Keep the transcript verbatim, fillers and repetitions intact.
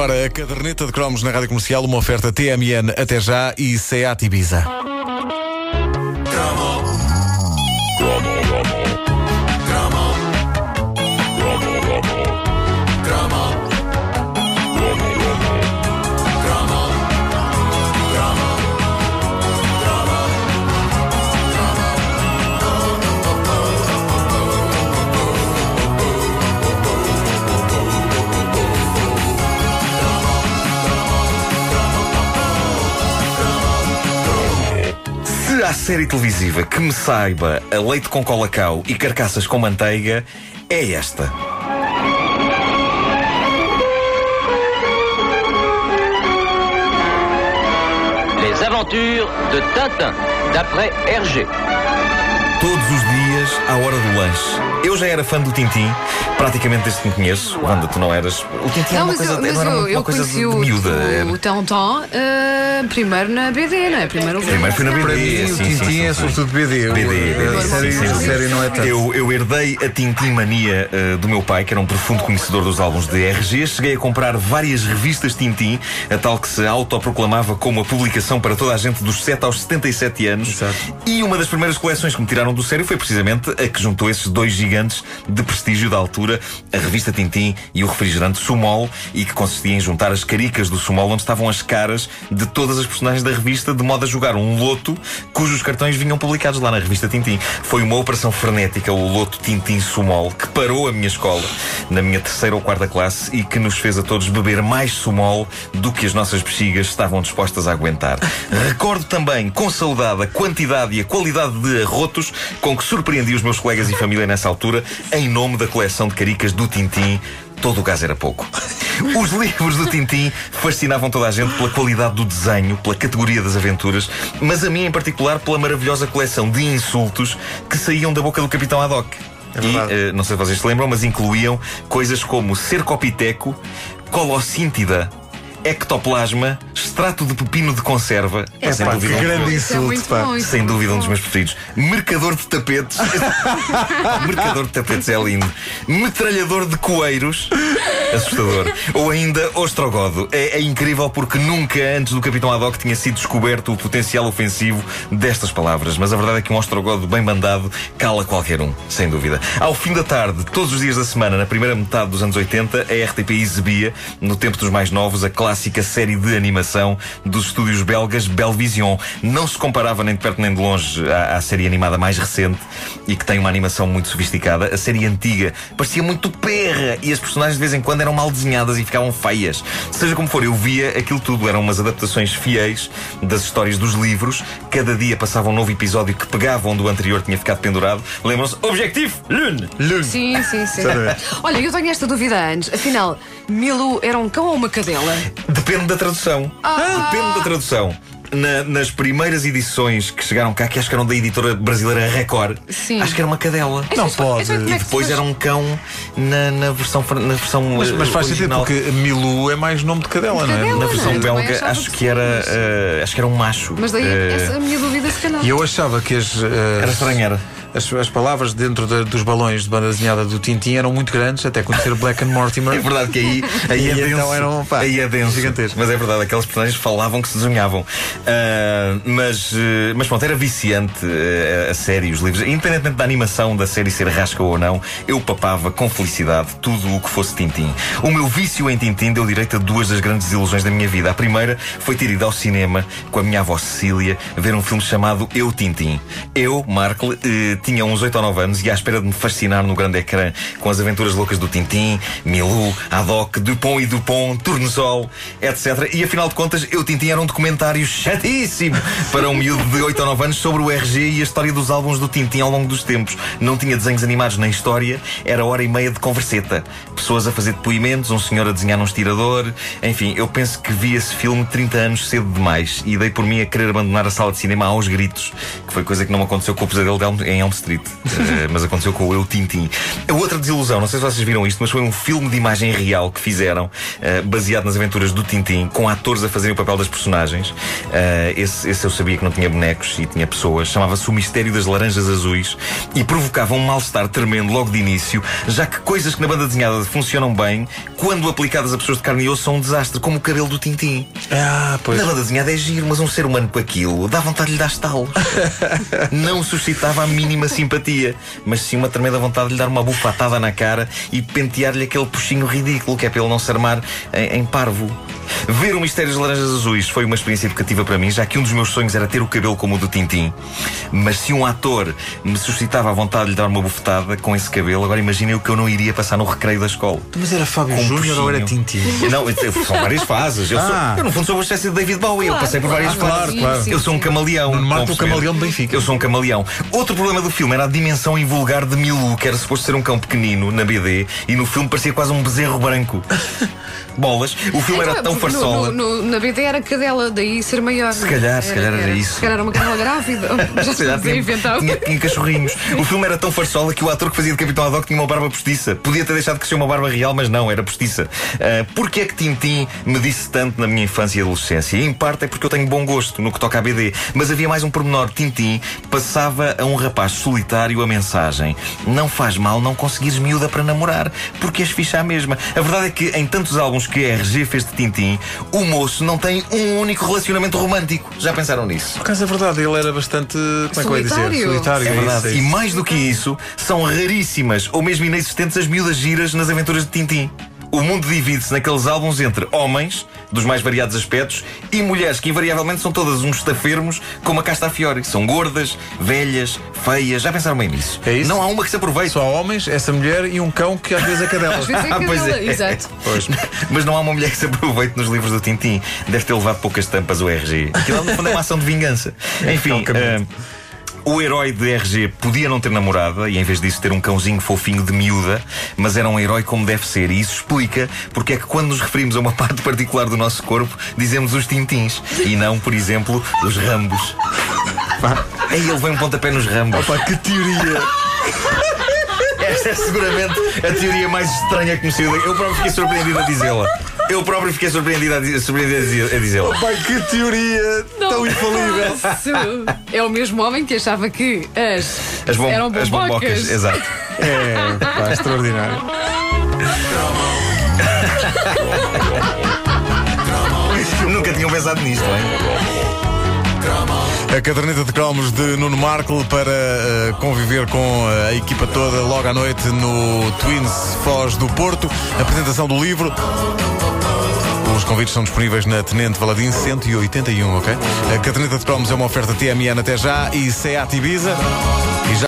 agora a caderneta de cromos na Rádio Comercial, uma oferta T M N até já e Seat Ibiza. A série televisiva que me saiba a leite com colacau e carcaças com manteiga é esta. Les aventures de Tintin, d'après Hergé. Todos os dias, à hora do lanche. Eu já era fã do Tintim, praticamente desde que me conheço. Wanda, tu não eras. O Tintim não, era uma mas coisa, eu, mas não era eu, uma eu coisa de, conheci de miúda. o, Era... o Tintin uh, primeiro na B D, não é? Primeiro, primeiro foi na B D. Para mim, o Tintim é sobretudo B D. B D, B D. A série, sim, sim, sim. série não é tanto. Eu, eu herdei a Tintim mania uh, do meu pai, que era um profundo conhecedor dos álbuns de R G. Cheguei a comprar várias revistas Tintim, a tal que se autoproclamava como a publicação para toda a gente dos sete aos setenta e sete anos. Exato. E uma das primeiras coleções que me tiraram do sério foi precisamente a que juntou esses dois gigantes de prestígio da altura, a revista Tintim e o refrigerante Sumol, e que consistia em juntar as caricas do Sumol onde estavam as caras de todas as personagens da revista, de modo a jogar um loto cujos cartões vinham publicados lá na revista Tintim. Foi uma operação frenética, o loto Tintim Sumol, que parou a minha escola na minha terceira ou quarta classe e que nos fez a todos beber mais Sumol do que as nossas bexigas estavam dispostas a aguentar. Recordo também, com saudade, a quantidade e a qualidade de arrotos com que surpreendi os meus colegas e família nessa altura, em nome da coleção de caricas do Tintim. Todo o gás era pouco. Os livros do Tintim fascinavam toda a gente pela qualidade do desenho, pela categoria das aventuras, mas a mim em particular pela maravilhosa coleção de insultos que saíam da boca do Capitão Haddock. É e, uh, não sei se vocês se lembram, mas incluíam coisas como cercopiteco, colossíntida, ectoplasma, extrato de pepino de conserva. É, sem pá, dúvida, que um grande dos- insulto, muito pá. bom, isso sem é dúvida um muito dos bom. meus preferidos. Mercador de tapetes. Mercador de tapetes é lindo. Metralhador de coeiros. Assustador. Ou ainda ostrogodo. É, é incrível porque nunca antes do Capitão Haddock tinha sido descoberto o potencial ofensivo destas palavras. Mas a verdade é que um ostrogodo bem mandado cala qualquer um, sem dúvida. Ao fim da tarde, todos os dias da semana, na primeira metade dos anos oitenta, a R T P exibia, no tempo dos mais novos, a clássica série de animação dos estúdios belgas Belvision. Não se comparava nem de perto nem de longe à, à série animada mais recente e que tem uma animação muito sofisticada. A série antiga parecia muito perra e as personagens de vez em quando eram mal desenhadas e ficavam feias. Seja como for, eu via aquilo tudo. Eram umas adaptações fiéis das histórias dos livros. Cada dia passava um novo episódio que pegava onde o anterior tinha ficado pendurado. Lembram-se? Objetivo Lune! Lune. Sim, sim, sim. Exatamente. Olha, eu tenho esta dúvida antes. Afinal, Milu era um cão ou uma cadela? Depende da tradução. Ah. Depende da tradução. Na- nas primeiras edições que chegaram cá, que acho que eram da editora brasileira Record, Sim. acho que era uma cadela. Não Então, pode. então como é E que depois se faz? era um cão na, na versão, fran- na versão Mas, mas eh, faz sentido original. porque Milu é mais nome de cadela, não é? Cadela. Na versão Não, eu também belga achava acho que que era sim. eh, acho que era um macho. Mas daí Eh, essa é a minha dúvida, se calhar. E eu achava que as, eh, Era estranho, era. as, as palavras dentro da- dos balões de banda desenhada do Tintim eram muito grandes, até conhecer Black and Mortimer. É verdade que aí, aí é E denso. então eram, pá, aí é denso. gigantesco. Mas é verdade, aqueles personagens falavam que se desenhavam. Ah, mas, eh, mas pronto, era viciante eh, a série, os livros. Independentemente da animação da série ser rasca ou não, eu papava com felicidade tudo o que fosse Tintim. O meu vício em Tintim deu direito a duas das grandes ilusões da minha vida. A primeira foi ter ido ao cinema com a minha avó Cecília ver um filme chamado Eu, Tintim. Eu, Markle, eh, tinha uns oito ou nove anos e à espera de me fascinar no grande ecrã com as aventuras loucas do Tintim, Milou, Haddock, Dupont e Dupont, Tournesol, etcétera. E afinal de contas, Eu, Tintim era um documentário chatíssimo para um miúdo de oito ou nove anos sobre o R G e a história dos álbuns do Tintim ao longo dos tempos. Não tinha desenhos animados nem história, era hora e meia de converseta. Pessoas a fazer depoimentos, um senhor a desenhar num estirador. Enfim, eu penso que vi esse filme trinta anos cedo demais e dei por mim a querer abandonar a sala de cinema aos gritos, que foi coisa que não me aconteceu com o Pesadelo de Elm- em Elm Elm Street. uh, Mas aconteceu com o Eu, Tintin. A outra desilusão, não sei se vocês viram isto, mas foi um filme de imagem real que fizeram, uh, baseado nas aventuras do Tintin, com atores a fazerem o papel das personagens. uh, esse, esse eu sabia que não tinha bonecos e tinha pessoas. Chamava-se O Mistério das Laranjas Azuis e provocava um mal-estar tremendo logo de início, já que coisas que na banda desenhada funcionam bem, quando aplicadas a pessoas de carne e osso, são um desastre, como o cabelo do Tintin. Ah, pois. Na banda desenhada é giro, mas um ser humano com aquilo dá vontade de lhe dar estalos. Não suscitava a mínima simpatia, mas sim uma tremenda vontade de lhe dar uma bufatada na cara e pentear-lhe aquele puxinho ridículo, que é para ele não se armar em, em parvo. Ver o Mistério das Laranjas Azuis foi uma experiência educativa para mim, já que um dos meus sonhos era ter o cabelo como o do Tintin. Mas se um ator me suscitava a vontade de lhe dar uma bufetada com esse cabelo, agora imaginem o que eu não iria passar no recreio da escola. Mas era Fábio Júnior ou era Tintin? Não, são várias fases. Eu, sou, Ah. eu no fundo sou uma espécie de David Bowie. Claro, eu passei por claro, várias claro, fases. claro. sim, Eu sou um sim. camaleão. Nuno Marco, vão o perceber. camaleão de Benfica. Eu sou um camaleão. Outro problema do filme era a dimensão invulgar de Milou, que era suposto ser um cão pequenino na B D, e no filme parecia quase um bezerro branco. Bolas. O filme era tão Porque no- farsola. no- no- Na B D era cadela, daí ser maior. Se calhar, se calhar era isso. Se calhar era uma cadela grávida. Já Se calhar se tinha, inventava. tinha, tinha cachorrinhos. O filme era tão farsola que o ator que fazia de Capitão Haddock tinha uma barba postiça. Podia ter deixado de crescer uma barba real, mas não, era postiça. Uh, Porquê é que Tintin me disse tanto na minha infância e adolescência? E em parte é porque eu tenho bom gosto no que toca à B D. Mas havia mais um pormenor. Tintin passava a um rapaz solitário a mensagem: não faz mal não conseguires miúda para namorar, porque és ficha à mesma. A verdade é que em tantos álbuns que a R G fez de Tintin, o moço não tem um único relacionamento romântico. Já pensaram nisso? Por acaso é verdade, ele era bastante. Como é que eu ia dizer? Solitário. Solitário. É isso, verdade. é E isso. mais do que isso, são raríssimas ou mesmo inexistentes as miúdas giras nas aventuras de Tintin. O mundo divide-se naqueles álbuns entre homens, dos mais variados aspectos, e mulheres que invariavelmente são todas uns estafermos como a Castafiore. São gordas, velhas, feias. Já pensaram bem nisso? É isso? Não há uma que se aproveite. Só homens, essa mulher e um cão que às vezes é cadela. Às vezes é Ah, pois cadela, é. exato. Pois. Mas não há uma mulher que se aproveite nos livros do Tintin. Deve ter levado poucas tampas o R G. Aquilo no fundo é uma ação de vingança. Enfim, Francamente. ah, o herói de R G podia não ter namorada e em vez disso ter um cãozinho fofinho de miúda, mas era um herói como deve ser. E isso explica porque é que quando nos referimos a uma parte particular do nosso corpo dizemos os Tintins e não, por exemplo, os Rambos. Aí ele vem um pontapé nos Rambos. Pá, que teoria! Esta é seguramente a teoria mais estranha conhecida. Eu próprio fiquei surpreendido a dizê-la. Eu próprio fiquei surpreendido a, diz- surpreendido a dizer- a dizê-la. Pai, que teoria tão infalível! Isso é o mesmo homem que achava que as, As, bom- eram as bombocas. bombocas. Exato. É, pá, extraordinário. Nunca tinham pensado nisto, não é? A caderneta de cromos de Nuno Marco para uh, conviver com a equipa toda logo à noite no Twins Foz do Porto. Apresentação do livro. Os convites são disponíveis na Tenente Valadim cento e oitenta e um, ok? A caderneta de cromos é uma oferta T M N até já e Seat Ibiza. E já